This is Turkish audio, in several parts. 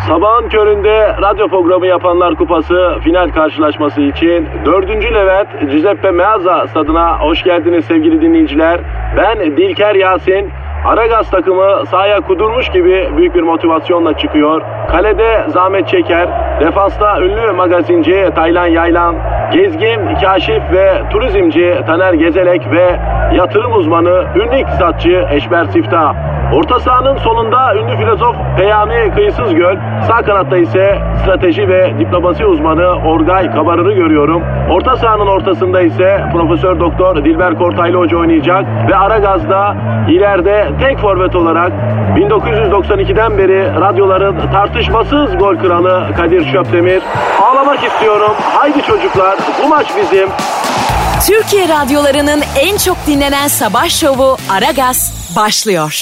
Sabahın köründe radyo programı yapanlar kupası final karşılaşması için 4. Levent Giuseppe Meazza stadına hoş geldiniz sevgili dinleyiciler. Ben Dilker Yasin. Aragaz takımı sahaya kudurmuş gibi büyük bir motivasyonla çıkıyor. Kalede Zahmet Çeker, defansta ünlü magazinci Taylan Yaylan, gezgin, kaşif ve turizmci Taner Gezelek ve yatırım uzmanı, ünlü iktisatçı Eşber Siftah. Orta sahanın solunda ünlü filozof Peyami Kıyısızgöl, sağ kanatta ise strateji ve diplomasi uzmanı Orgay Kabarır'ı görüyorum. Orta sahanın ortasında ise Profesör Doktor Dilber Kortaylı Hoca oynayacak ve Aragaz'da ileride tek forvet olarak 1992'den beri radyoların tartışmasız gol kralı Kadir Şöpdemir. Ağlamak istiyorum. Haydi çocuklar, bu maç bizim. Türkiye radyolarının en çok dinlenen sabah şovu Aragaz başlıyor.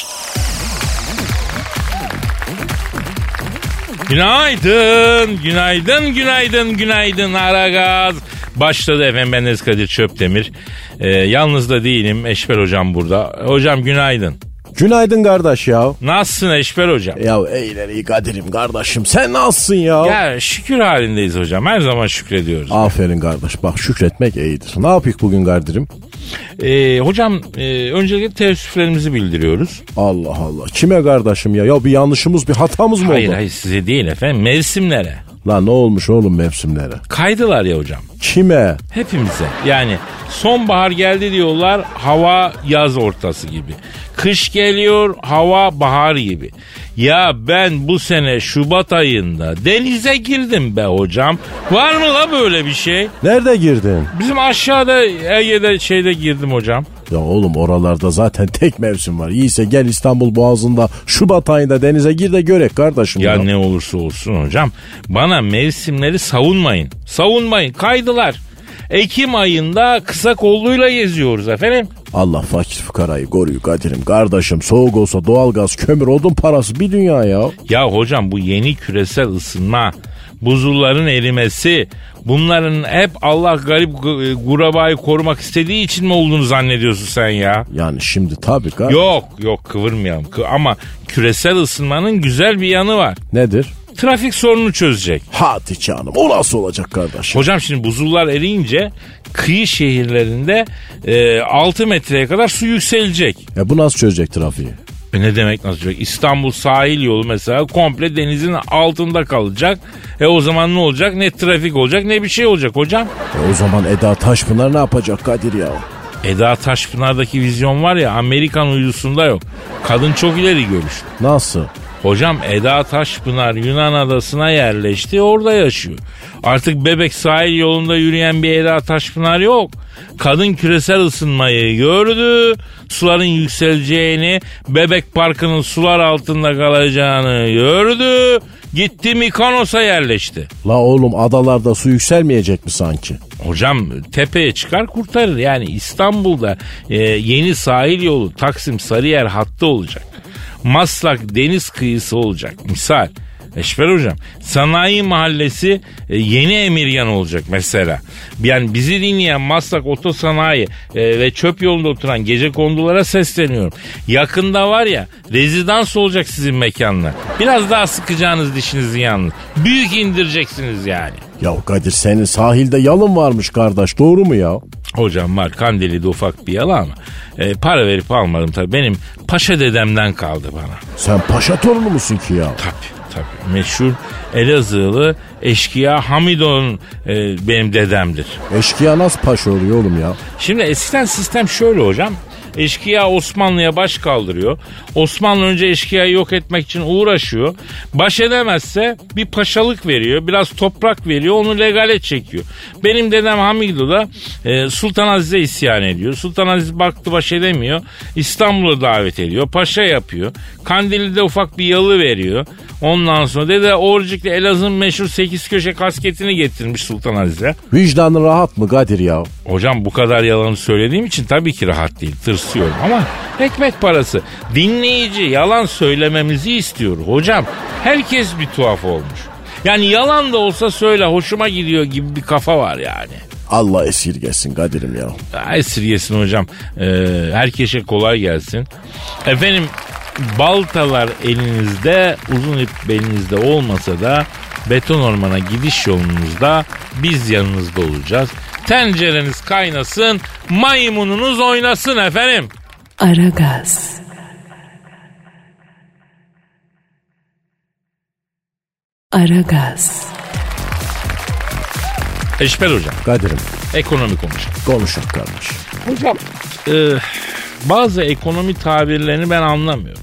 Günaydın, günaydın, günaydın, günaydın Aragaz. Başladı efendim, ben Kadir Şöpdemir. Yalnız da değilim, Eşber hocam burada. Hocam günaydın. Günaydın kardeş ya. Nasılsın Eşber hocam? Ya iyileri Kadir'im kardeşim, sen nasılsın ya? Ya şükür halindeyiz hocam, her zaman şükrediyoruz. Aferin kardeş, bak şükretmek iyidir. Ne yapıyık bugün Kadir'im? Hocam öncelikle teessüflerimizi bildiriyoruz. Allah Allah, kime kardeşim ya? Ya bir yanlışımız, bir hatamız mı oldu? Hayır size değil efendim, mevsimlere. Lan ne olmuş oğlum mevsimlere? Kaydılar ya hocam. Kime? Hepimize. Yani sonbahar geldi diyorlar, hava yaz ortası gibi. Kış geliyor, hava bahar gibi. Ya ben bu sene Şubat ayında denize girdim be hocam. Var mı la böyle bir şey? Nerede girdin? Bizim aşağıda Ege'de girdim hocam. Ya oğlum oralarda zaten tek mevsim var. İyiyse gel İstanbul Boğazı'nda Şubat ayında denize gir de görek kardeşim. Ya ne olursa olsun hocam, bana mevsimleri savunmayın. Savunmayın, kaydılar. Ekim ayında kısa kolluyla geziyoruz efendim. Allah fakir fukarayı koruyor Kadir'im. Kardeşim soğuk olsa doğalgaz, kömür, odun parası bir dünya ya. Ya hocam bu yeni küresel ısınma, buzulların erimesi, bunların hep Allah garip gurabayı korumak istediği için mi olduğunu zannediyorsun sen ya? Yani şimdi tabii kardeşim. Yok kıvırmayalım ama küresel ısınmanın güzel bir yanı var. Nedir? Trafik sorununu çözecek. Hadi canım, o nasıl olacak kardeşim? Hocam şimdi buzullar eriyince kıyı şehirlerinde 6 metreye kadar su yükselecek. Bu nasıl çözecek trafiği? Ne demek nasıl çözecek? İstanbul sahil yolu mesela komple denizin altında kalacak. O zaman ne olacak? Ne trafik olacak ne bir şey olacak hocam. O zaman Eda Taşpınar ne yapacak Kadir ya? Eda Taşpınar'daki vizyon var ya, Amerikan uydusunda yok. Kadın çok ileri görüşlü. Nasıl? Hocam Eda Taşpınar Yunan adasına yerleşti, orada yaşıyor. Artık Bebek sahil yolunda yürüyen bir Eda Taşpınar yok. Kadın küresel ısınmayı gördü, suların yükseleceğini, Bebek Parkı'nın sular altında kalacağını gördü. Gitti Mikonos'a yerleşti. La oğlum, adalarda su yükselmeyecek mi sanki? Hocam tepeye çıkar kurtarır. Yani İstanbul'da yeni sahil yolu Taksim Sarıyer hattı olacak. Maslak deniz kıyısı olacak. Misal Eşber hocam, sanayi mahallesi yeni Emirgan olacak mesela. Yani bizi dinleyen Maslak Otosanayi ve çöp yolunda oturan gecekondulara sesleniyorum. Yakında var ya, rezidans olacak sizin mekanlar. Biraz daha sıkacağınız dişinizi yalnız. Büyük indireceksiniz yani. Ya Kadir, senin sahilde yalın varmış kardeş, doğru mu ya? Hocam var, Kandili'de ufak bir yalı ama para verip almadım tabii. Benim paşa dedemden kaldı bana. Sen paşa torunu musun ki ya? Tabii. Meşhur Elazığlı eşkıya Hamidon benim dedemdir. Eşkıya nasıl paşa oluyor oğlum ya? Şimdi eskiden sistem şöyle hocam. Eşkıya Osmanlı'ya baş kaldırıyor. Osmanlı önce eşkıyayı yok etmek için uğraşıyor. Baş edemezse bir paşalık veriyor. Biraz toprak veriyor. Onu legale çekiyor. Benim dedem Hamido da Sultan Aziz'e isyan ediyor. Sultan Aziz baktı baş edemiyor. İstanbul'a davet ediyor. Paşa yapıyor. Kandili'de ufak bir yalı veriyor. Ondan sonra dede Orcik'le Elazığ'ın meşhur 8 köşe kasketini getirmiş Sultan Aziz'e. Vicdanın rahat mı Kadir ya? Hocam bu kadar yalanı söylediğim için tabii ki rahat değil. Tırsıyorum ama ekmek parası. Dinleyici yalan söylememizi istiyor. Hocam herkes bir tuhaf olmuş. Yani yalan da olsa söyle, hoşuma gidiyor gibi bir kafa var yani. Allah esirgesin Kadir'im ya. Esirgesin hocam. Herkese kolay gelsin. Efendim baltalar elinizde, uzun ip belinizde olmasa da beton ormana gidiş yolunuzda biz yanınızda olacağız. Tencereniz kaynasın, maymununuz oynasın efendim. Aragaz. Aragaz. Eşber hocam, Kadir'im ekonomi konuşalım. konuşalım kardeş. Hocam, bazı ekonomi tabirlerini ben anlamıyorum.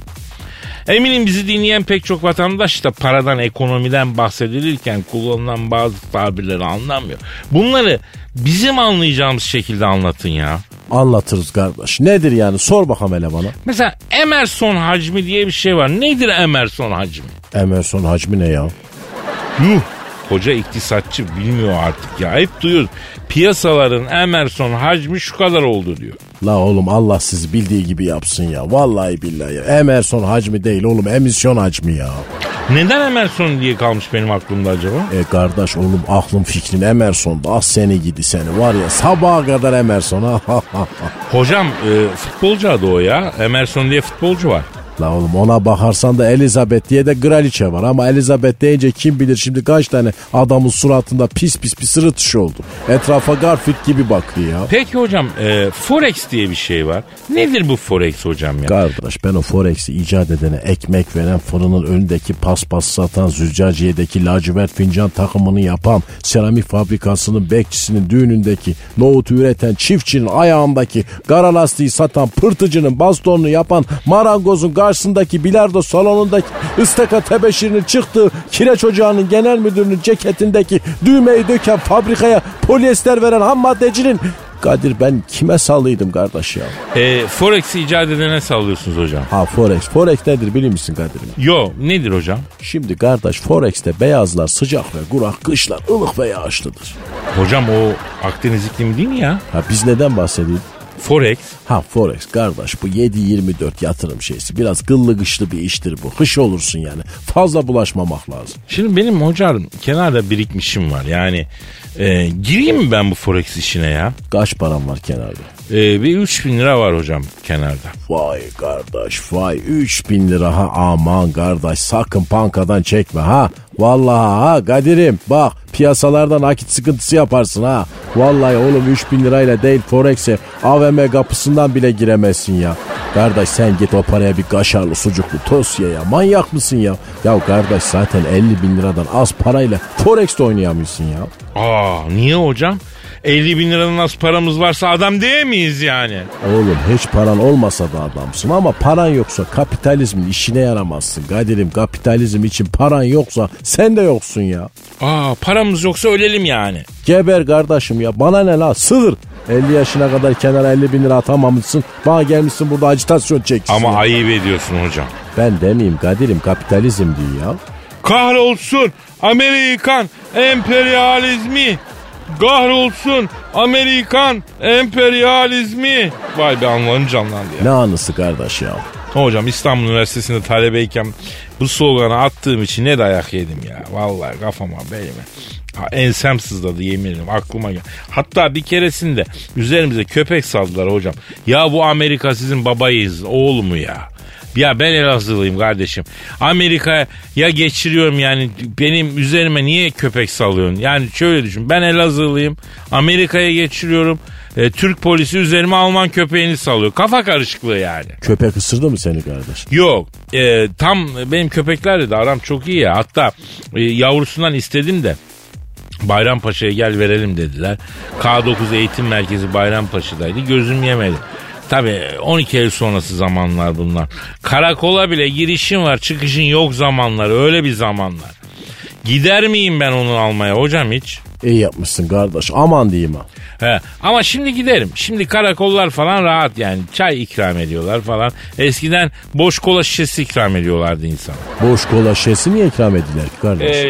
Eminim bizi dinleyen pek çok vatandaş da paradan, ekonomiden bahsedilirken kullanılan bazı tabirleri anlamıyor. Bunları bizim anlayacağımız şekilde anlatın ya. Anlatırız kardeş. Nedir yani? Sor bakalım hele bana. Mesela Emerson hacmi diye bir şey var. Nedir Emerson hacmi? Emerson hacmi ne ya? Yuh! Koca iktisatçı bilmiyor artık ya. Hep duyuyoruz. Piyasaların Emerson hacmi şu kadar oldu diyor. La oğlum Allah sizi bildiği gibi yapsın ya. Vallahi billahi ya. Emerson hacmi değil oğlum, emisyon hacmi ya. Neden Emerson diye kalmış benim aklımda acaba? Kardeş oğlum aklım fikrim Emerson'da. Ah seni gidi seni var ya, sabaha kadar Emerson. Hocam futbolcu adı o ya. Emerson diye futbolcu var. La oğlum ona bakarsan da Elizabeth diye de kraliçe var. Ama Elizabeth deyince kim bilir şimdi kaç tane adamın suratında pis bir sırıtış oldu. Etrafa Garfield gibi bakıyor ya. Peki hocam Forex diye bir şey var. Nedir bu Forex hocam ya? Kardeş ben o Forex'i icat edene, ekmek veren, fırının önündeki paspas satan, züccaciyedeki lacivert fincan takımını yapan, seramik fabrikasının bekçisinin düğünündeki, nohut üreten çiftçinin ayağındaki, kara lastiği satan pırtıcının bastonunu yapan, marangozun karşısındaki bilardo salonundaki ıstaka tebeşirinin çıktığı kireç ocağının genel müdürünün ceketindeki düğmeyi döken fabrikaya polyester veren ham maddecinin... Kadir ben kime sallıydım kardeş ya? Forex'i icat edene sallıyorsunuz hocam. Ha Forex. Forex nedir bilir misin Kadir'im? Yo, nedir hocam? Şimdi kardeş Forex'te beyazlar sıcak ve kurak, kışlar ılık ve yağışlıdır. Hocam o Akdeniz iklimi değil mi ya? Ha biz neden bahsediyoruz? Forex. Ha Forex kardeş bu 7-24 yatırım şeysi. Biraz gıllı kışlı bir iştir bu. Kış olursun yani. Fazla bulaşmamak lazım. Şimdi benim hocam kenarda birikmişim var. Yani gireyim mi ben bu Forex işine ya? Kaç param var kenarda? Bir 3.000 lira var hocam kenarda. Vay kardeş vay 3.000 lira ha, aman kardeş sakın bankadan çekme ha. Vallahi ha Kadir'im bak piyasalardan nakit sıkıntısı yaparsın ha. Vallahi oğlum 3.000 lirayla değil Forex'e AVM kapısından bile giremezsin ya. Kardeş sen git o paraya bir kaşarlı sucuklu tost ye ya. Manyak mısın ya? Ya kardeş zaten 50.000 liradan az parayla Forex'te oynayamıyorsun ya. Niye hocam? 50.000 liradan az paramız varsa adam değil miyiz yani? Oğlum hiç paran olmasa da adamsın ama paran yoksa kapitalizmin işine yaramazsın. Kadir'im kapitalizm için paran yoksa sen de yoksun ya. Paramız yoksa ölelim yani. Geber kardeşim ya bana ne la sığır. 50 yaşına kadar kenara 50.000 lira atamamışsın. Bana gelmişsin burada acitasyon çeksin. Ama ya. ayıp ediyorsun hocam. Ben demeyeyim Kadir'im kapitalizm diyor ya. Kahrolsun Amerikan emperyalizmi. Kahrolsun Amerikan emperyalizmi. Vay be anlarım canlandı ya. Ne anısı kardeş ya. Hocam İstanbul Üniversitesi'nde talebeyken bu sloganı attığım için ne dayak yedim ya. Vallahi kafama belime. Ensem sızladı yemin ederim aklıma gel. Hatta bir keresinde üzerimize köpek saldılar hocam. Ya bu Amerika sizin babayız oğlu mu ya? Ya ben Elazığlıyım kardeşim. Amerika'ya geçiriyorum yani benim üzerime niye köpek salıyorsun? Yani şöyle düşün ben Elazığlıyım. Amerika'ya geçiriyorum. Türk polisi üzerime Alman köpeğini salıyor. Kafa karışıklığı yani. Köpek ısırdı mı seni kardeş? Yok. Tam benim köpeklerle de aram çok iyi ya. Hatta yavrusundan istedim de. Bayrampaşa'ya gel verelim dediler. K9 Eğitim Merkezi Bayrampaşa'daydı. Gözüm yemedi. Tabii 12 Eylül sonrası zamanlar bunlar. Karakola bile girişin var çıkışın yok zamanları öyle bir zamanlar. Gider miyim ben onu almaya hocam hiç? İyi yapmışsın kardeş aman diyeyim ha. Ama şimdi giderim. Şimdi karakollar falan rahat yani. Çay ikram ediyorlar falan. Eskiden boş kola şişesi ikram ediyorlardı insan. Boş kola şişesi niye ikram ediler ki kardeş?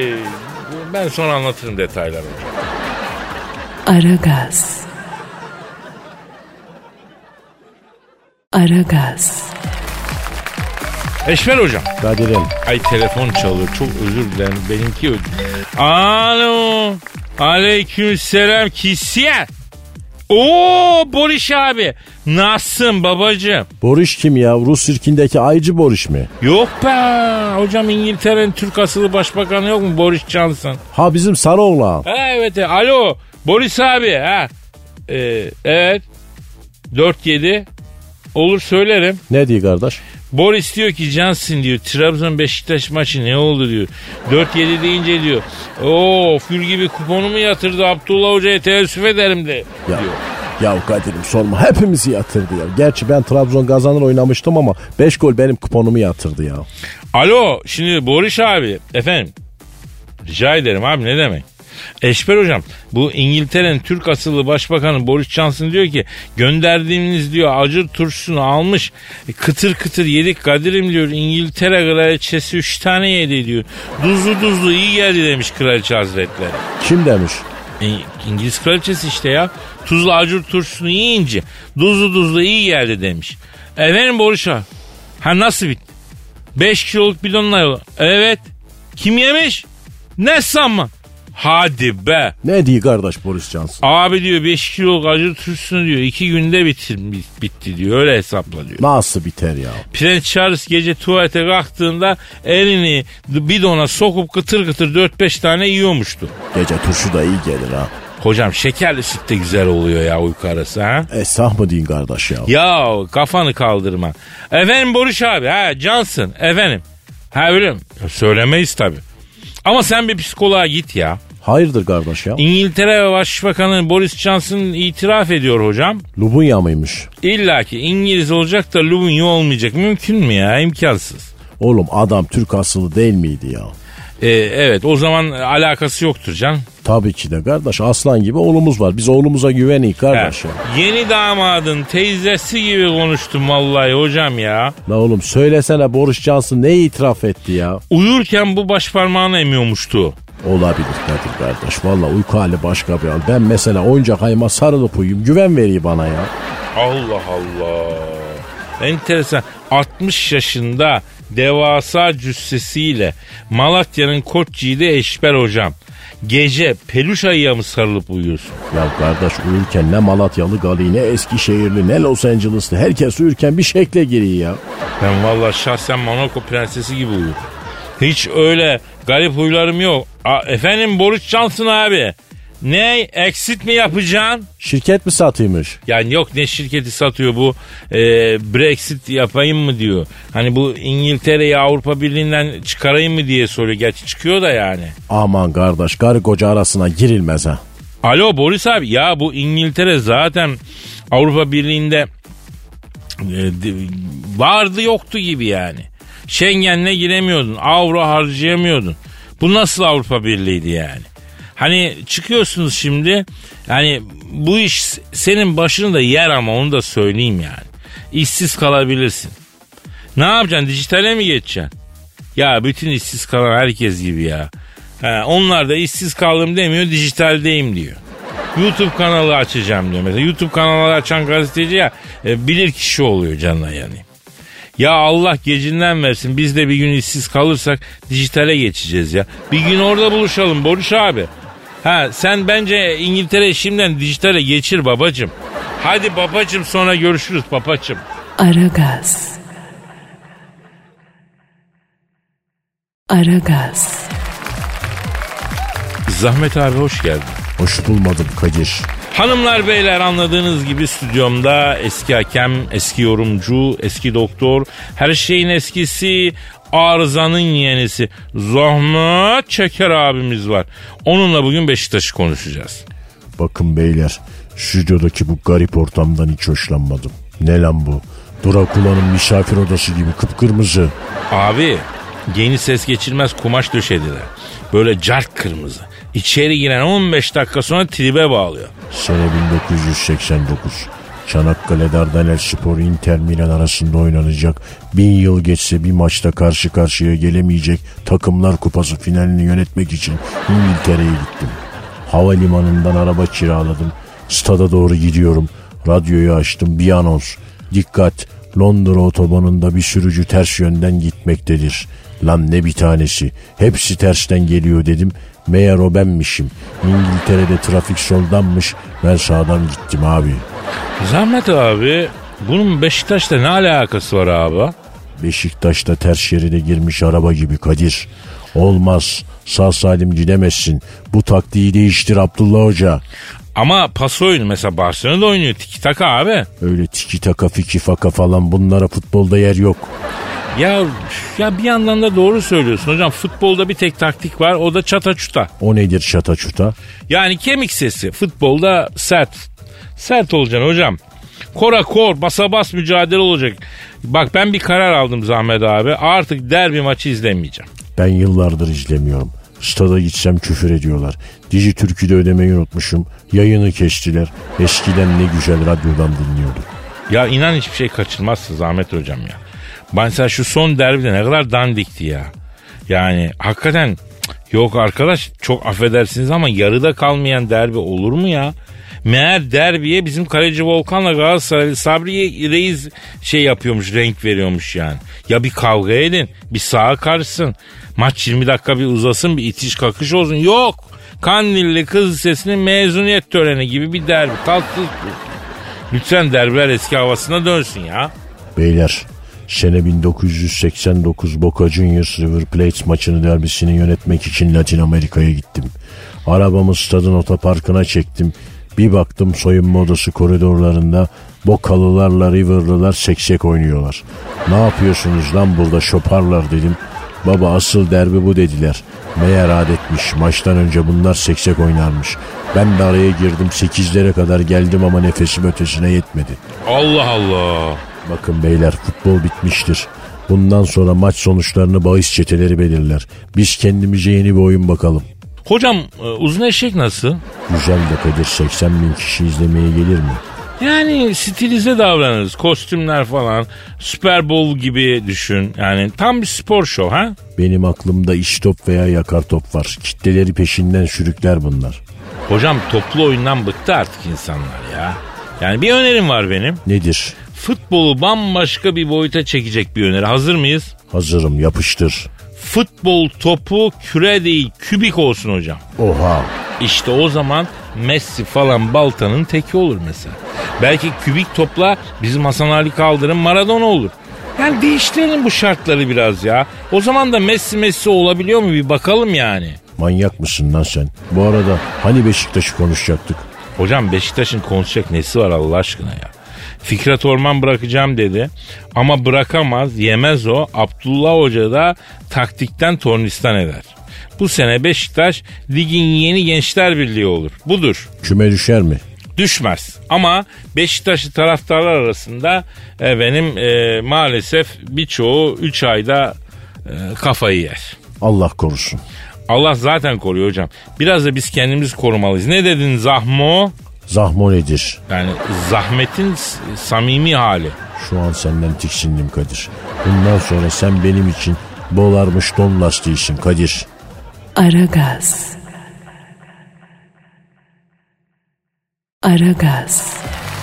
Ben sonra anlatırım detayları hocam. Aragaz. Aragaz. Eşver hocam. Kadir'im. Ay telefon çalıyor. Çok özür dilerim. Benimki ödü. Alo. Aleykümselam kisiyer. Oo Boris abi. Nasılsın babacığım? Boris kim ya? Rus sirkindeki ayıcı Boris mi? Yok be. Hocam İngiltere'nin Türk asıllı başbakanı yok mu? Boris Johnson. Ha bizim sarı oğlan. Evet. Alo. Boris abi. Ha. Evet. 4-7. Olur söylerim. Ne diyor kardeş? Boris diyor ki Johnson diyor Trabzon Beşiktaş maçı ne oldu diyor. 4-7 deyince diyor. Fül gibi kuponumu yatırdı Abdullah Hoca'ya teessüf ederim de diyor. Ya Kadir'im sorma, hepimizi yatırdı ya. Gerçi ben Trabzon kazanır oynamıştım ama 5 gol benim kuponumu yatırdı ya. Alo şimdi Boris abi efendim. Rica ederim abi ne demek. Eşber hocam bu İngiltere'nin Türk asıllı başbakanı Boris Johnson diyor ki gönderdiğiniz diyor acır turşusunu almış kıtır kıtır yedik Kadir'im diyor. İngiltere kraliçesi 3 tane yedi diyor. Tuzlu iyi geldi demiş kraliçe hazretleri. Kim demiş? İngiliz kraliçesi işte ya. Tuzlu acır turşusunu yiyince tuzlu iyi geldi demiş. Efendim Boris abi. Ha nasıl bitti? 5 kiloluk bidonla yola. Evet. Kim yemiş? Ne sanma? Hadi be. Ne diyor kardeş Boris Johnson? Abi diyor 5 kilo acı turşusunu diyor 2 günde bitti diyor öyle hesapla diyor. Nasıl biter ya? Prens Charles gece tuvalete kalktığında elini bidona sokup kıtır kıtır 4-5 tane yiyormuştu. Gece turşu da iyi gelir ha. Hocam şekerli süt de güzel oluyor ya uyku arası ha. Esah mı deyin kardeş ya? Ya kafanı kaldırma. Efendim Boris abi Johnson efendim. Öyle mi? Söylemeyiz tabii. Ama sen bir psikoloğa git ya. Hayırdır kardeş ya? İngiltere Başbakanı Boris Johnson itiraf ediyor hocam. Lubunya mıymış? İlla ki İngiliz olacak da Lubunya olmayacak. Mümkün mü ya? İmkansız. Oğlum adam Türk asıllı değil miydi ya? Evet o zaman alakası yoktur can. Tabii ki de kardeş aslan gibi oğlumuz var. Biz oğlumuza güvenik kardeş ya. Yeni damadın teyzesi gibi konuştum vallahi hocam ya. La oğlum söylesene Boris Johnson ne itiraf etti ya? Uyurken bu baş parmağını emiyormuştu. Olabilir Kadir kardeş. Valla uyku hali başka bir hal. Ben mesela oyuncak ayıma sarılıp uyuyayım. Güven veriyor bana ya. Allah Allah. Enteresan. 60 yaşında devasa cüssesiyle Malatya'nın Koçyiğidi Eşber hocam. Gece peluş ayıya mı sarılıp uyuyorsun? Ya kardeş uyurken ne Malatyalı gali ne Eskişehirli ne Los Angeles'lı herkes uyurken bir şekle giriyor ya. Ben valla şahsen Monaco prensesi gibi uyuyorum. Hiç öyle garip huylarım yok. Efendim Boris Johnson abi. Ne exit mi yapacaksın? Şirket mi satıymış? Yani yok ne şirketi satıyor bu Brexit yapayım mı diyor. Hani bu İngiltere'yi Avrupa Birliği'nden çıkarayım mı diye soruyor. Gerçi çıkıyor da yani. Aman kardeş karı koca arasına girilmez ha. Alo Boris abi ya bu İngiltere zaten Avrupa Birliği'nde vardı yoktu gibi yani. Schengen'le giremiyordun. Avro harcayamıyordun. Bu nasıl Avrupa Birliği'ydi yani? Hani çıkıyorsunuz şimdi. Yani bu iş senin başını da yer ama onu da söyleyeyim yani. İşsiz kalabilirsin. Ne yapacaksın? Dijitale mi geçeceksin? Ya bütün işsiz kalan herkes gibi ya. Onlar da işsiz kaldım demiyor, dijitaldeyim diyor. YouTube kanalı açacağım diyor. Mesela YouTube kanalı açan gazeteci ya bilir kişi oluyor canına yani. Ya Allah gecinden versin biz de bir gün işsiz kalırsak dijitale geçeceğiz ya. Bir gün orada buluşalım Boris abi. Sen bence İngiltere şimdiden dijitale geçir babacım. Hadi babacım sonra görüşürüz babacım. Aragaz. Zahmet abi hoş geldin. Hoş bulmadım Kadir. Hanımlar beyler anladığınız gibi stüdyomda eski hakem, eski yorumcu, eski doktor, her şeyin eskisi, arızanın yenisi Zahmet Çeker abimiz var. Onunla bugün Beşiktaş'ı konuşacağız. Bakın beyler stüdyodaki bu garip ortamdan hiç hoşlanmadım. Ne lan bu? Drakula'nın misafir odası gibi kıpkırmızı. Abi yeni ses geçirmez kumaş döşediler. Böyle cart kırmızı. İçeri giren 15 dakika sonra tribe bağlıyor. Sene 1989. Çanakkale Dardanelspor Inter Milan arasında oynanacak. 1000 yıl geçse bir maçta karşı karşıya gelemeyecek Takımlar Kupası finalini yönetmek için İngiltere'ye gittim. Havalimanından araba kiraladım. Stada doğru gidiyorum. Radyoyu açtım, bir anons. Dikkat! Londra otobanında bir sürücü ters yönden gitmektedir. Lan ne bir tanesi. Hepsi tersten geliyor dedim. Meğer o benmişim. İngiltere'de trafik soldanmış. Ben sağdan gittim abi. Zahmet abi, bunun Beşiktaş'ta ne alakası var abi? Beşiktaş'ta ters şeride girmiş araba gibi Kadir. Olmaz. Sağ salim gidemezsin. Bu taktiği değiştir Abdullah Hoca. Ama pas oyunu mesela Barcelona'da oynuyor tiki taka abi. Öyle tiki taka fiki faka falan bunlara futbolda yer yok. Ya bir yandan da doğru söylüyorsun hocam. Futbolda bir tek taktik var, o da çata çuta. O nedir çata çuta? Yani kemik sesi. Futbolda sert. Sert olacaksın hocam. Kora kor, basa bas mücadele olacak. Bak ben bir karar aldım Zahmet abi. Artık derbi maçı izlemeyeceğim. Ben yıllardır izlemiyorum. Stada gitsem küfür ediyorlar. Dijitürk'ü ödemeyi unutmuşum. Yayını kestiler. Eskiden ne güzel radyodan dinliyorduk. Ya inan hiçbir şey kaçırmazsın Zahmet hocam ya. Mesela şu son derbide ne kadar dandikti ya. Yani hakikaten yok arkadaş, çok affedersiniz ama yarıda kalmayan derbi olur mu ya? Meğer derbiye bizim kaleci Volkan'la Galatasaraylı Sabri Reis yapıyormuş, renk veriyormuş yani. Ya bir kavga edin, bir sağa karışsın. Maç 20 dakika bir uzasın, bir itiş kakış olsun. Yok. Kandilli Kız Lisesi'nin mezuniyet töreni gibi bir derbi. Tatsız. Lütfen derbiler eski havasına dönsün ya. Beyler, sene 1989 Boca Juniors River Plate maçını derbisini yönetmek için Latin Amerika'ya gittim. Arabamı stadın otoparkına çektim. Bir baktım soyunma odası koridorlarında Bokalılarla River'lılar seksek oynuyorlar. Ne yapıyorsunuz lan burada şoparlar dedim. Baba asıl derbi bu dediler. Meğer adetmiş, maçtan önce bunlar seksek oynarmış. Ben de araya girdim, 8'lere kadar geldim ama nefesim ötesine yetmedi. Allah Allah. Bakın beyler, futbol bitmiştir. Bundan sonra maç sonuçlarını bahis çeteleri belirler. Biz kendimize yeni bir oyun bakalım. Hocam uzun eşek nasıl? Güzel de Kadir, 80 bin kişi izlemeye gelir mi? Yani stilize davranırız. Kostümler falan. Super Bowl gibi düşün. Yani tam bir spor şov ha? Benim aklımda istop veya yakar top var. Kitleleri peşinden sürükler bunlar. Hocam toplu oyundan bıktı artık insanlar ya. Yani bir önerim var benim. Nedir? Futbolu bambaşka bir boyuta çekecek bir öneri. Hazır mıyız? Hazırım, yapıştır. Futbol topu küre değil kübik olsun hocam. Oha. İşte o zaman Messi falan baltanın teki olur mesela. Belki kübik topla bizim Hasan Ali Kaldırım Maradona olur. Yani değiştirelim bu şartları biraz ya. O zaman da Messi olabiliyor mu bir bakalım yani. Manyak mısın lan sen? Bu arada hani Beşiktaş'ı konuşacaktık? Hocam Beşiktaş'ın konuşacak nesi var Allah aşkına ya? Fikret Orman bırakacağım dedi. Ama bırakamaz, yemez o. Abdullah Hoca da taktikten tornistan eder. Bu sene Beşiktaş ligin yeni Gençler Birliği olur. Budur. Küme düşer mi? Düşmez. Ama Beşiktaşlı taraftarlar arasında maalesef birçoğu 3 ayda kafayı yer. Allah korusun. Allah zaten koruyor hocam. Biraz da biz kendimizi korumalıyız. Ne dedin Zahmo? Zahmo nedir? Yani zahmetin samimi hali. Şu an senden tiksindim Kadir. Bundan sonra sen benim için bolarmış don lastiğisin Kadir. Aragaz. Aragaz.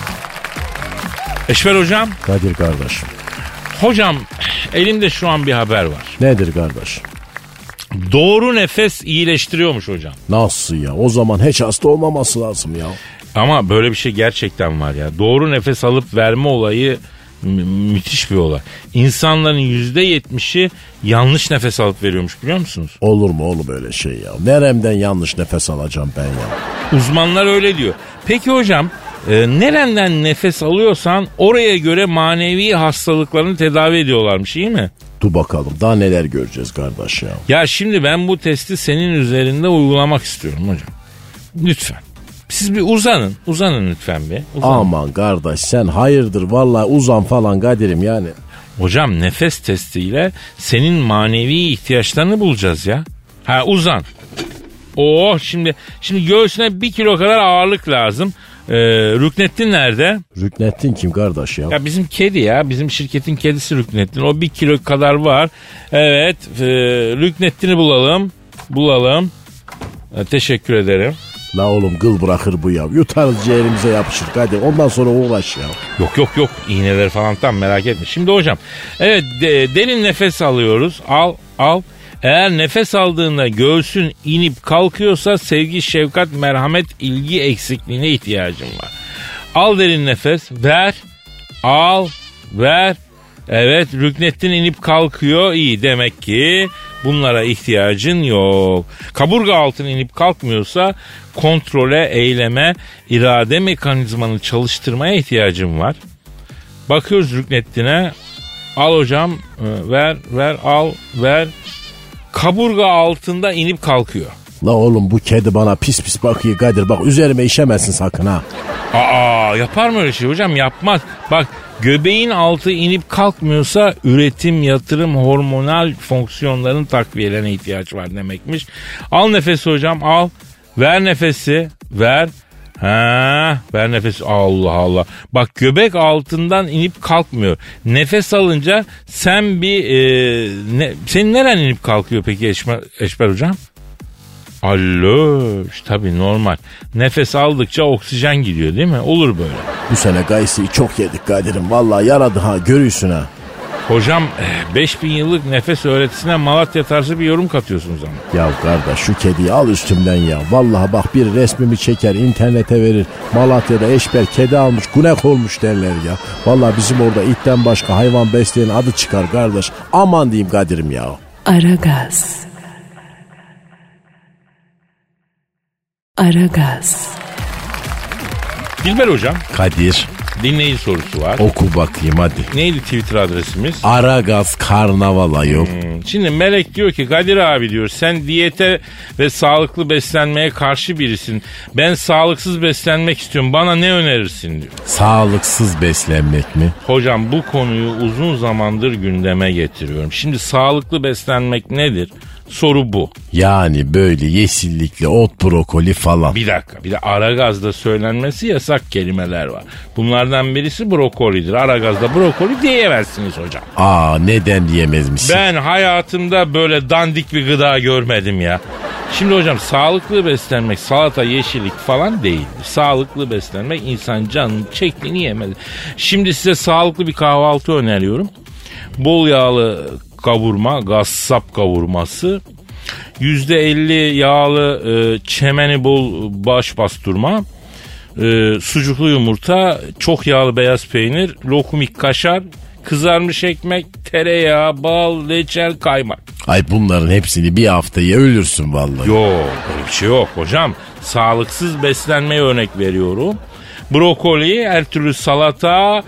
Eşver hocam. Kadir kardeşim. Hocam elimde şu an bir haber var. Nedir kardeş? Doğru nefes iyileştiriyormuş hocam. Nasıl ya? O zaman hiç hasta olmaması lazım ya. Ama böyle bir şey gerçekten var ya. Doğru nefes alıp verme olayı müthiş bir olay. İnsanların %70'i yanlış nefes alıp veriyormuş biliyor musunuz? Olur mu oğlum öyle şey ya? Neremden yanlış nefes alacağım ben ya? Uzmanlar öyle diyor. Peki hocam nereden nefes alıyorsan oraya göre manevi hastalıklarını tedavi ediyorlarmış, iyi mi? Dur bakalım daha neler göreceğiz kardeş ya. Ya şimdi ben bu testi senin üzerinde uygulamak istiyorum hocam. Lütfen. Siz bir uzanın lütfen bir. Uzanın. Aman kardeş sen hayırdır vallahi uzan falan Kadir'im yani. Hocam nefes testiyle senin manevi ihtiyaçlarını bulacağız ya. Ha uzan. Şimdi göğsüne 1 kilo kadar ağırlık lazım. Rüknettin nerede? Rüknettin kim kardeş ya? Ya bizim kedi ya. Bizim şirketin kedisi Rüknettin. O 1 kilo kadar var. Evet. Rüknettin'i bulalım. Teşekkür ederim. La oğlum gıl bırakır bu ya. Yutarız ciğerimize yapışır Kadir. Ondan sonra uğraş ya. Yok. İğneleri falan tam merak etme. Şimdi hocam. Evet derin nefes alıyoruz. al. Eğer nefes aldığında göğsün inip kalkıyorsa sevgi, şefkat, merhamet, ilgi eksikliğine ihtiyacın var. Al derin nefes, ver, al, ver. Evet, Rükneddin inip kalkıyor, iyi, demek ki bunlara ihtiyacın yok. Kaburga altın inip kalkmıyorsa kontrole, eyleme, irade mekanizmanı çalıştırmaya ihtiyacın var. Bakıyoruz Rükneddin'e, al hocam, ver, al, ver. Kaburga altında inip kalkıyor. La oğlum bu kedi bana pis pis bakıyor Kadir, bak üzerime işemezsin sakın ha. Aa, yapar mı öyle şey hocam? Yapmaz. Bak, göbeğin altı inip kalkmıyorsa üretim, yatırım, hormonal fonksiyonların takviyelerine ihtiyaç var demekmiş. Al nefesi hocam, al. Ver nefesi, ver. Ver nefesi. Allah Allah. Bak, göbek altından inip kalkmıyor. Nefes alınca sen senin neren inip kalkıyor peki Eşber hocam? Alo, tabii normal. Nefes aldıkça oksijen gidiyor değil mi? Olur böyle. Bu sene gaysiyi çok yedik Kadir'im. Vallahi yaradı ha, görüyorsun ha. Hocam 5000 yıllık nefes öğretisine Malatya tarzı bir yorum katıyorsunuz ama. Ya kardeş, şu kediyi al üstümden ya. Vallahi bak, bir resmimi çeker internete verir. Malatya'da Eşber kedi almış, gunek olmuş derler ya. Vallahi bizim orada itten başka hayvan besleyen adı çıkar kardeş. Aman diyeyim Kadir'im ya. Aragaz. Aragaz. Dilber hocam. Kadir. Dinleyici sorusu var. Oku bakayım hadi. Neydi Twitter adresimiz? Aragaz Karnaval ayol. Şimdi Melek diyor ki, Kadir abi diyor, sen diyete ve sağlıklı beslenmeye karşı birisin. Ben sağlıksız beslenmek istiyorum. Bana ne önerirsin diyor. Sağlıksız beslenmek mi? Hocam bu konuyu uzun zamandır gündeme getiriyorum. Şimdi sağlıklı beslenmek nedir? Soru bu. Yani böyle yeşillikli ot, brokoli falan. Bir dakika, bir de Aragaz'da söylenmesi yasak kelimeler var. Bunlardan birisi brokolidir. Aragaz'da brokoli diyemezsiniz hocam. Neden diyemezmişsin? Ben hayatımda böyle dandik bir gıda görmedim ya. Şimdi hocam, sağlıklı beslenmek salata, yeşillik falan değildir. Sağlıklı beslenmek insan canının çektiğini yemeli. Şimdi size sağlıklı bir kahvaltı öneriyorum. Bol yağlı kavurma, gassap kavurması, %50 yağlı çemeni bol baş bastırma, sucuklu yumurta, çok yağlı beyaz peynir, lokumik kaşar, kızarmış ekmek, tereyağı, bal, reçel, kaymak. Ay bunların hepsini bir haftaya ölürsün vallahi. Yok, öyle bir şey yok hocam. Sağlıksız beslenmeye örnek veriyorum. Brokoli, her türlü salata,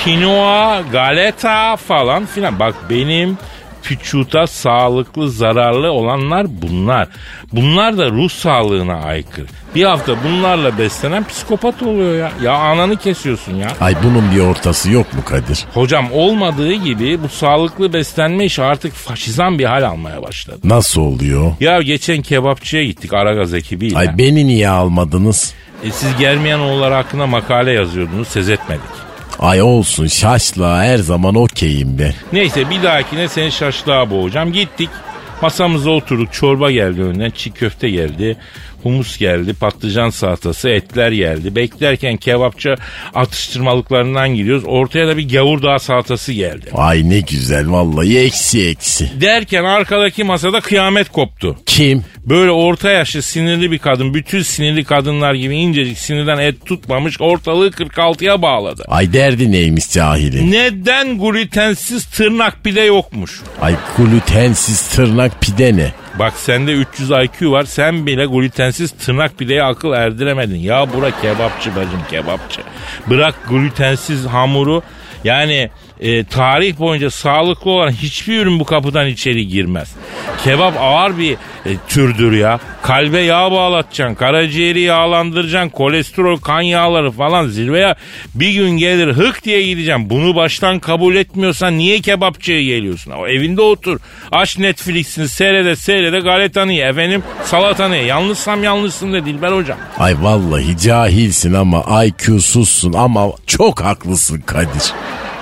kinoa, galeta falan filan. Bak, benim vücuda sağlıklı, zararlı olanlar bunlar. Bunlar da ruh sağlığına aykırı. Bir hafta bunlarla beslenen psikopat oluyor ya. Ya ananı kesiyorsun ya. Ay bunun bir ortası yok mu Kadir? Hocam, olmadığı gibi bu sağlıklı beslenme işi artık faşizan bir hal almaya başladı. Nasıl oluyor? Ya geçen kebapçıya gittik Aragaz ekibiyle. Ay beni niye almadınız? Siz Germiyanoğulları hakkında makale yazıyordunuz, söz etmedik. Ay olsun, şaşla her zaman okeyim ben. Neyse, bir dahakine seni şaşlığa boğacağım. Gittik, masamıza oturduk, çorba geldi önden, çiğ köfte geldi, humus geldi, patlıcan salatası, etler geldi. Beklerken kebapçı atıştırmalıklarından giriyoruz. Ortaya da bir gavurdağ salatası geldi. Ay ne güzel vallahi, eksi. Derken arkadaki masada kıyamet koptu. Kim? Böyle orta yaşlı sinirli bir kadın, bütün sinirli kadınlar gibi incecik, sinirden et tutmamış, ortalığı 46'ya bağladı. Ay derdi neymiş cahilin? Neden glutensiz tırnak pide yokmuş? Ay glutensiz tırnak pide ne? Bak, sende 300 IQ var, sen bile glutensiz tırnak pideye akıl erdiremedin. Ya bura kebapçı bacım, kebapçı. Bırak glutensiz hamuru, yani tarih boyunca sağlıklı olan hiçbir ürün bu kapıdan içeri girmez. Kebap ağır bir türdür ya. Kalbe yağ bağlatacaksın, karaciğeri yağlandıracaksın, kolesterol, kan yağları falan zirveye bir gün gelir, hık diye gideceğim. Bunu baştan kabul etmiyorsan niye kebapçıya geliyorsun? O evinde otur, aç Netflix'ini, seyrede galetanı ye, efendim salatanı ye. Yanlışsam yanlışsın de Dilber hocam. Ay vallahi cahilsin ama IQ'suzsun ama çok haklısın Kadir.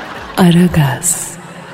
Aragaz.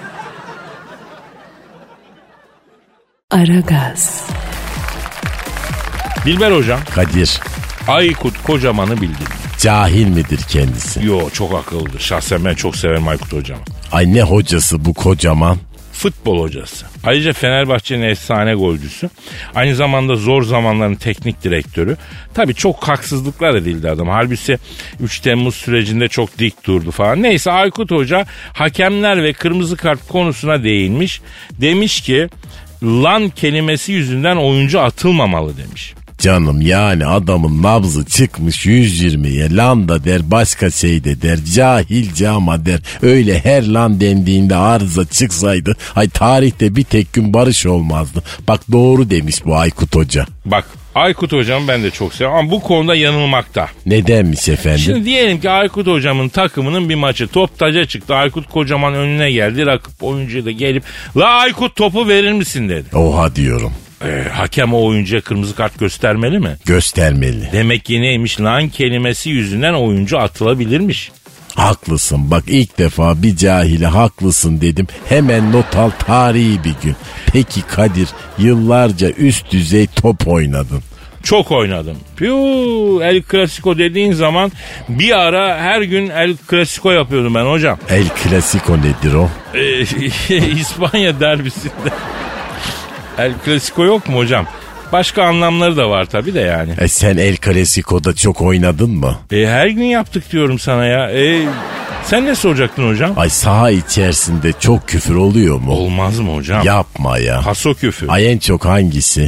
Aragaz. Dilber hocam. Kadir. Aykut Kocaman'ı bildin. Cahil midir kendisi? Yo, çok akıllıdır. Şahsen ben çok severim Aykut hocamı. Ay ne hocası bu Kocaman? futbol hocası. Ayrıca Fenerbahçe'nin efsane golcüsü. Aynı zamanda zor zamanların teknik direktörü. Tabii çok haksızlıklar edildi adam. Halbuki 3 Temmuz sürecinde çok dik durdu falan. Neyse Aykut Hoca hakemler ve kırmızı kart konusuna değinmiş. Demiş ki lan kelimesi yüzünden oyuncu atılmamalı demiş. Canım yani adamın nabzı çıkmış 120'ye, lan da der, başka şey de der, cahil cama der. Öyle her lan dendiğinde arıza çıksaydı tarihte bir tek gün barış olmazdı. Bak doğru demiş bu Aykut Hoca. Bak Aykut Hocam ben de çok seviyorum ama bu konuda yanılmakta. Nedenmiş efendim? Şimdi diyelim ki Aykut Hocam'ın takımının bir maçı, top taca çıktı. Aykut kocaman önüne geldi, rakip oyuncu da gelip la Aykut topu verir misin dedi. Oha diyorum. Hakem o oyuncuya kırmızı kart göstermeli mi? Göstermeli. Demek ki neymiş, lan kelimesi yüzünden oyuncu atılabilirmiş. Haklısın, bak ilk defa bir cahile haklısın dedim. Hemen not al, tarihi bir gün. Peki Kadir, yıllarca üst düzey top oynadın. Çok oynadım. El Clasico dediğin zaman bir ara her gün El Clasico yapıyordum ben hocam. El Clasico nedir o? İspanya derbisinde. El Clasico yok mu hocam? Başka anlamları da var tabii de yani. Sen El Clasico'da çok oynadın mı? Her gün yaptık diyorum sana ya. Sen ne soracaktın hocam? Saha içerisinde çok küfür oluyor mu? Olmaz mı hocam? Yapma ya. Paso küfür. En çok hangisi?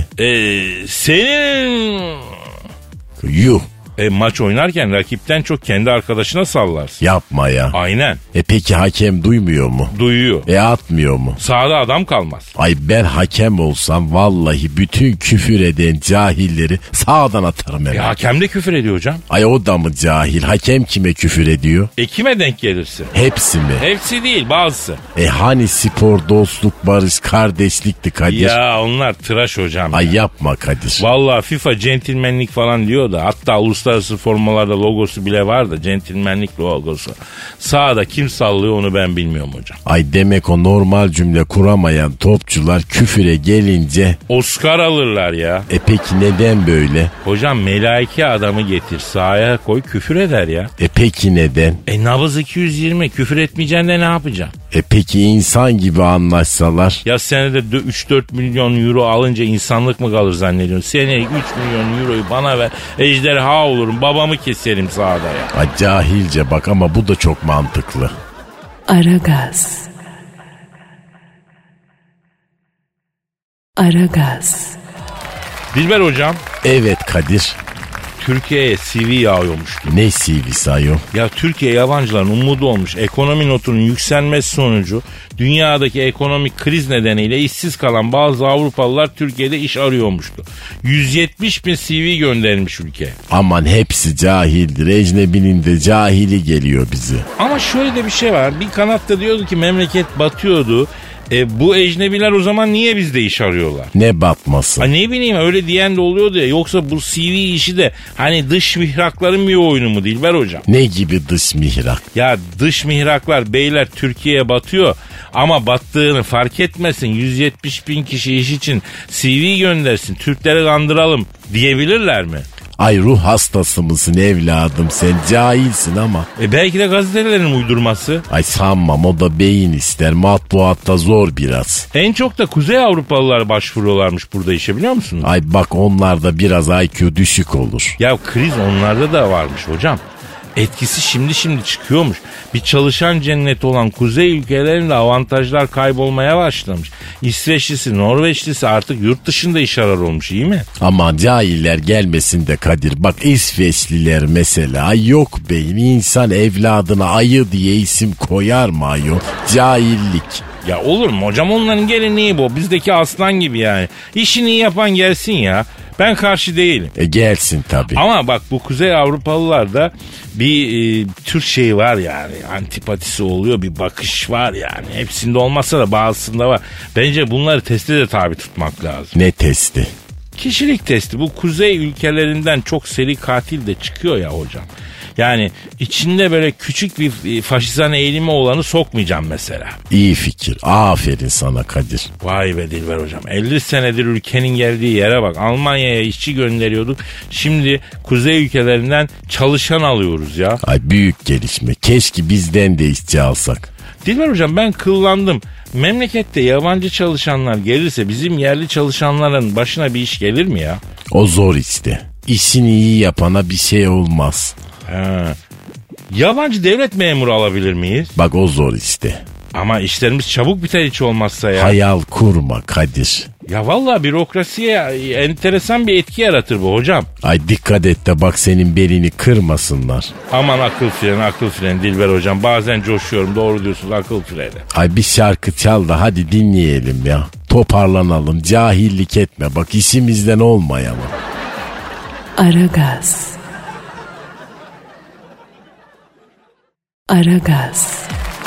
Senin... Yuh. Maç oynarken rakipten çok kendi arkadaşına sallarsın. Yapma ya. Aynen. Peki hakem duymuyor mu? Duyuyor. Atmıyor mu? Sahada adam kalmaz. Ben hakem olsam vallahi bütün küfür eden cahilleri sağdan atarım hemen. Hakem de küfür ediyor hocam. O da mı cahil? Hakem kime küfür ediyor? Kime denk gelirsin? Hepsi mi? Hepsi değil, bazısı. Hani spor, dostluk, barış, kardeşlikti Kadir? Ya onlar tıraş hocam. Yapma Kadir. Vallahi FIFA centilmenlik falan diyor da, hatta uluslararası formalarda logosu bile var da, centilmenlik logosu. Sağda kim sallıyor onu ben bilmiyorum hocam. Demek o normal cümle kuramayan topçular küfüre gelince Oscar alırlar ya. Peki neden böyle? Hocam melaike adamı getir sahaya koy, küfür eder ya. Peki neden? Nabız 220, küfür etmeyeceksin de ne yapacaksın? Peki insan gibi anlaşsalar? Ya senede 3-4 milyon euro alınca insanlık mı kalır zannediyorsun? Seneye 3 milyon euroyu bana ver, ejderha olurum, babamı keserim sahada ya. Cahilce bak ama bu da çok mantıklı. Aragaz. Aragaz. Dilber hocam. Evet Kadir. Türkiye'ye CV yağıyormuştu. Ne CV'si ayol? Ya Türkiye yabancıların umudu olmuş. Ekonomi notunun yükselmesi sonucu dünyadaki ekonomik kriz nedeniyle işsiz kalan bazı Avrupalılar Türkiye'de iş arıyormuştu. 170 bin CV göndermiş ülke. Aman hepsi cahildir. Ecnebinin de cahili geliyor bize. Ama şöyle de bir şey var. Bir kanatta diyordu ki memleket batıyordu. Bu ecnebiler o zaman niye bizde iş arıyorlar? Ne batması? Ne bileyim, öyle diyen de oluyordu ya. Yoksa bu CV işi de hani dış mihrakların bir oyunu mu Dilber hocam? Ne gibi dış mihrak? Ya dış mihraklar beyler Türkiye'ye batıyor ama battığını fark etmesin. 170 bin kişi iş için CV göndersin, Türkleri kandıralım diyebilirler mi? Ruh hastası mısın evladım, sen cahilsin ama. Belki de gazetelerin uydurması. Sanmam, o da beyin ister, matbuatta zor biraz. En çok da Kuzey Avrupalılar başvuruyorlarmış burada işe, biliyor musunuz? Bak onlarda biraz IQ düşük olur. Ya kriz onlarda da varmış hocam. Etkisi şimdi çıkıyormuş. Bir çalışan cenneti olan kuzey ülkelerinde avantajlar kaybolmaya başlamış. İsveçlisi, Norveçlisi artık yurt dışında iş arar olmuş, iyi mi? Ama cahiller gelmesin de Kadir. Bak İsveçliler mesela, yok beyin, insan evladına ayı diye isim koyar mı ayol? Cahillik. Ya olur mu hocam, onların geleneği bu. Bizdeki aslan gibi yani. İşini iyi yapan gelsin ya. Ben karşı değilim. Gelsin tabii. Ama bak bu Kuzey Avrupalılarda bir tür şey var yani. Antipatisi oluyor, bir bakış var yani. Hepsinde olmasa da bazısında var. Bence bunları teste de tabi tutmak lazım. Ne testi? Kişilik testi. Bu kuzey ülkelerinden çok seri katil de çıkıyor ya hocam. Yani içinde böyle küçük bir faşizan eğilimi olanı sokmayacağım mesela. İyi fikir. Aferin sana Kadir. Vay be Dilber hocam. 50 senedir ülkenin geldiği yere bak. Almanya'ya işçi gönderiyorduk. Şimdi kuzey ülkelerinden çalışan alıyoruz ya. Büyük gelişme. Keşke bizden de işçi alsak. Dilber hocam ben kıllandım. Memlekette yabancı çalışanlar gelirse bizim yerli çalışanların başına bir iş gelir mi ya? O zor işte. İşini iyi yapana bir şey olmaz. Ha. Yabancı devlet memuru alabilir miyiz? Bak o zor işte. Ama işlerimiz çabuk biter hiç olmazsa ya. Hayal kurma Kadir. Ya vallahi bürokrasiye enteresan bir etki yaratır bu hocam. Ay dikkat et de bak senin belini kırmasınlar. Aman akıl freni Dilber hocam. Bazen coşuyorum, doğru diyorsunuz, akıl freni. Ay bir şarkı çal da hadi dinleyelim ya. Toparlanalım, cahillik etme, bak işimizden olmayalım. Aragaz. Aragaz.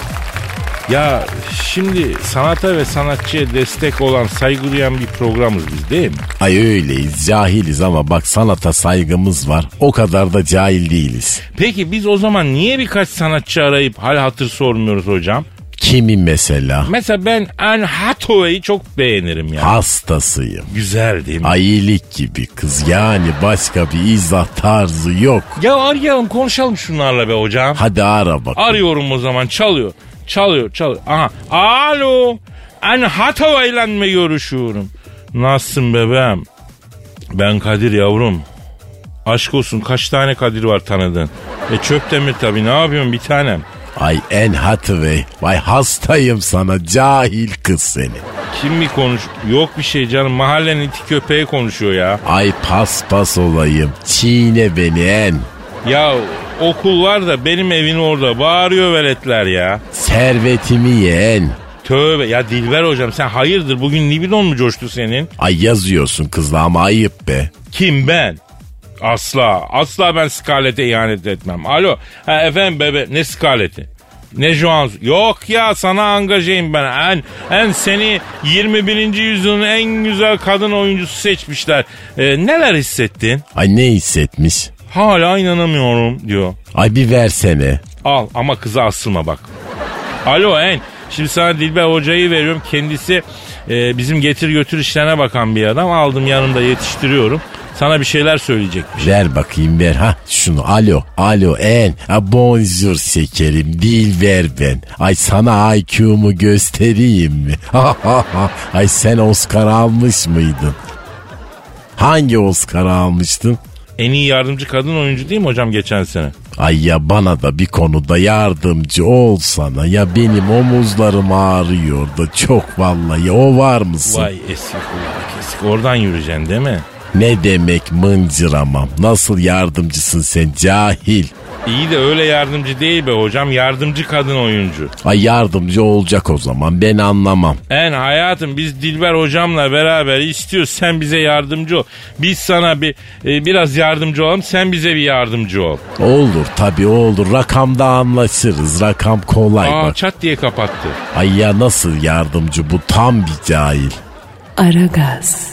Ya şimdi sanata ve sanatçıya destek olan, saygı duyan bir programız biz değil mi? Ay öyleyiz, cahiliz ama bak sanata saygımız var. O kadar da cahil değiliz. Peki biz o zaman niye birkaç sanatçı arayıp hal hatır sormuyoruz hocam? Kimin mesela? Mesela ben Anne Hathaway'i çok beğenirim ya. Hastasıyım. Güzel değil mi? Ayilik gibi kız, yani başka bir izah tarzı yok. Ya arayalım, konuşalım şunlarla be hocam. Hadi ara bak. Arıyorum o zaman, çalıyor. Aha. Alo. Anne Hathaway'la mı görüşüyorum? Nasılsın bebeğim? Ben Kadir yavrum. Aşk olsun, kaç tane Kadir var tanıdın? Çöptemir tabii, ne yapıyorsun bir tanem? Ay Anne Hathaway. Vay hastayım sana, cahil kız seni. Kim mi konuş? Yok bir şey canım, mahallenin iti köpeği konuşuyor ya. Ay paspas olayım. Çiğne beni Anne. Ya okul var da benim evin orada bağırıyor veletler ya. Servetimi ye Anne. Tövbe ya Dilber hocam, sen hayırdır, bugün libidon mu coştu senin? Ay yazıyorsun kızla ama ayıp be. Kim, ben? Asla ben Scarlett'e ihanet etmem. Alo, efendim bebe, ne Scarlett'i? Ne Joans? Yok ya, sana angajeyim ben. En seni 21. yüzyılın en güzel kadın oyuncusu seçmişler. Neler hissettin? Ay ne hissetmiş? Hala inanamıyorum diyor. Ay bir versene. Al ama kıza asılma bak. Alo şimdi sana Dilber hocayı veriyorum. Kendisi bizim getir götür işlerine bakan bir adam. Aldım yanımda, yetiştiriyorum. Sana bir şeyler söyleyecekmiş. Ver bakayım, ver ha şunu. Alo en. Bonjour şekerim, dil ver ben. Ay sana IQ'mu göstereyim mi? Ay sen Oscar almış mıydın? Hangi Oscar almıştın? En iyi yardımcı kadın oyuncu değil mi hocam geçen sene? Ay ya bana da bir konuda yardımcı olsana. Ya benim omuzlarım ağrıyor da çok vallahi. O var mısın? Vay eski kulak kesik. Oradan yürüyeceksin değil mi? Ne demek mıncıramam? Nasıl yardımcısın sen cahil? İyi de öyle yardımcı değil be hocam. Yardımcı kadın oyuncu. Ay yardımcı olacak o zaman, ben anlamam. Hayatım, biz Dilber hocamla beraber istiyoruz, sen bize yardımcı ol. Biz sana biraz yardımcı olalım, sen bize bir yardımcı ol. Olur tabii olur, rakamda anlaşırız, rakam kolay bak. Çat diye kapattı. Ay ya nasıl yardımcı, bu tam bir cahil. Aragaz.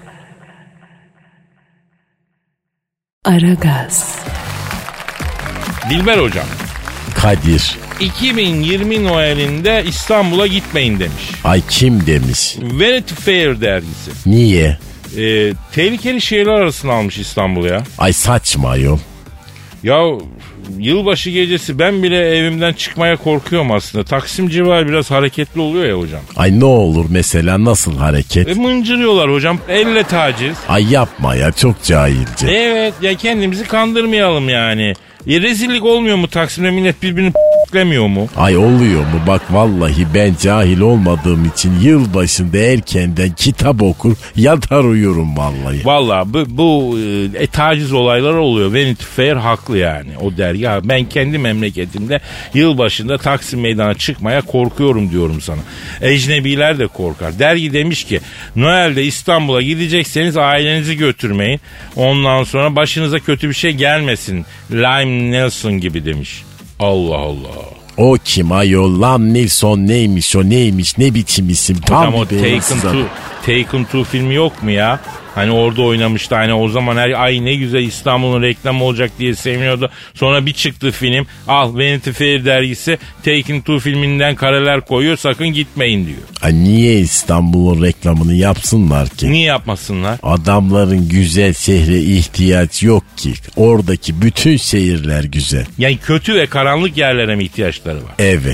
Dilber hocam. Kadir. 2020 Noel'inde İstanbul'a gitmeyin demiş. Ay kim demiş? Vanity Fair dergisi. Niye? Tehlikeli şehirler arasına almış İstanbul'u ya. Ay saçma yol. Ya yılbaşı gecesi ben bile evimden çıkmaya korkuyorum aslında. Taksim civarı biraz hareketli oluyor ya hocam. Ay ne olur mesela, nasıl hareket? Mıncırıyorlar hocam, elle taciz. Ay yapma ya, çok cahilce. Evet ya, kendimizi kandırmayalım yani. Rezillik olmuyor mu Taksim'de, millet birbirini p***lemiyor mu? Ay oluyor mu? Bak vallahi ben cahil olmadığım için yılbaşında erkenden kitap okur, yatar uyurum vallahi. Vallahi bu taciz olayları oluyor. Vanity Fair haklı yani, o dergi. Ben kendi memleketimde yılbaşında Taksim meydana çıkmaya korkuyorum diyorum sana. Ecnebiler de korkar. Dergi demiş ki Noel'de İstanbul'a gidecekseniz ailenizi götürmeyin. Ondan sonra başınıza kötü bir şey gelmesin. Lime Nelson gibi demiş. Allah Allah. O kim ayol? Lam Nelson neymiş o, neymiş, ne biçim isim? Tam o Taken 2 filmi yok mu ya? Hani orada oynamıştı, hani o zaman ay ne güzel İstanbul'un reklamı olacak diye seviniyordu. Sonra bir çıktı film, al Vanity Fair dergisi Taken 2 filminden kareler koyuyor, sakın gitmeyin diyor. Ay niye İstanbul'un reklamını yapsınlar ki? Niye yapmasınlar? Adamların güzel şehre ihtiyaç yok ki. Oradaki bütün şehirler güzel. Yani kötü ve karanlık yerlere mi ihtiyaçları var? Evet.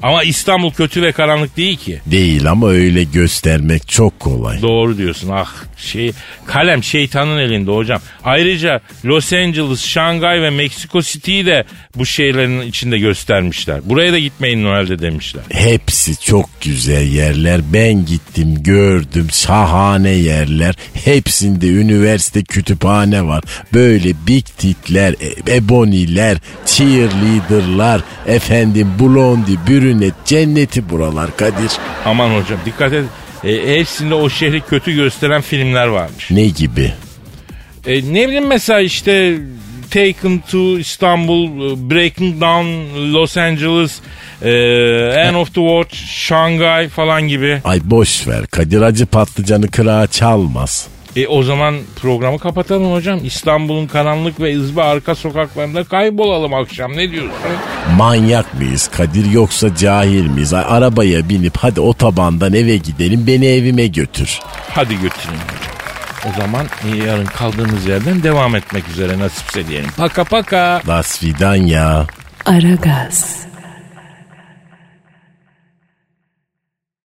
Ama İstanbul kötü ve karanlık değil ki. Değil ama öyle göstermek çok kolay. Doğru diyorsun. Kalem şeytanın elinde hocam. Ayrıca Los Angeles, Şangay ve Meksiko City'yi de bu şehirlerin içinde göstermişler. Buraya da gitmeyin Noel'de demişler. Hepsi çok güzel yerler. Ben gittim, gördüm. Şahane yerler. Hepsinde üniversite kütüphane var. Böyle big titler, eboniler, cheerleaderlar, blondie, brünet, cenneti buralar Kadir. Aman hocam dikkat et. Hepsinde o şehri kötü gösteren filmler varmış. Ne gibi? Ne bileyim mesela işte Taken to İstanbul, Breaking Down Los Angeles, End of the World, Şangay falan gibi. Ay boş ver Kadir, acı patlıcanı kırağa çalmaz. O zaman programı kapatalım hocam. İstanbul'un karanlık ve ızba arka sokaklarında kaybolalım akşam. Ne diyorsun? Manyak mıyız Kadir yoksa cahil miyiz? Arabaya binip hadi otobandan eve gidelim, beni evime götür. Hadi götürün hocam. O zaman yarın kaldığımız yerden devam etmek üzere nasipse diyelim. Paka paka. Das vidanya. Aragaz.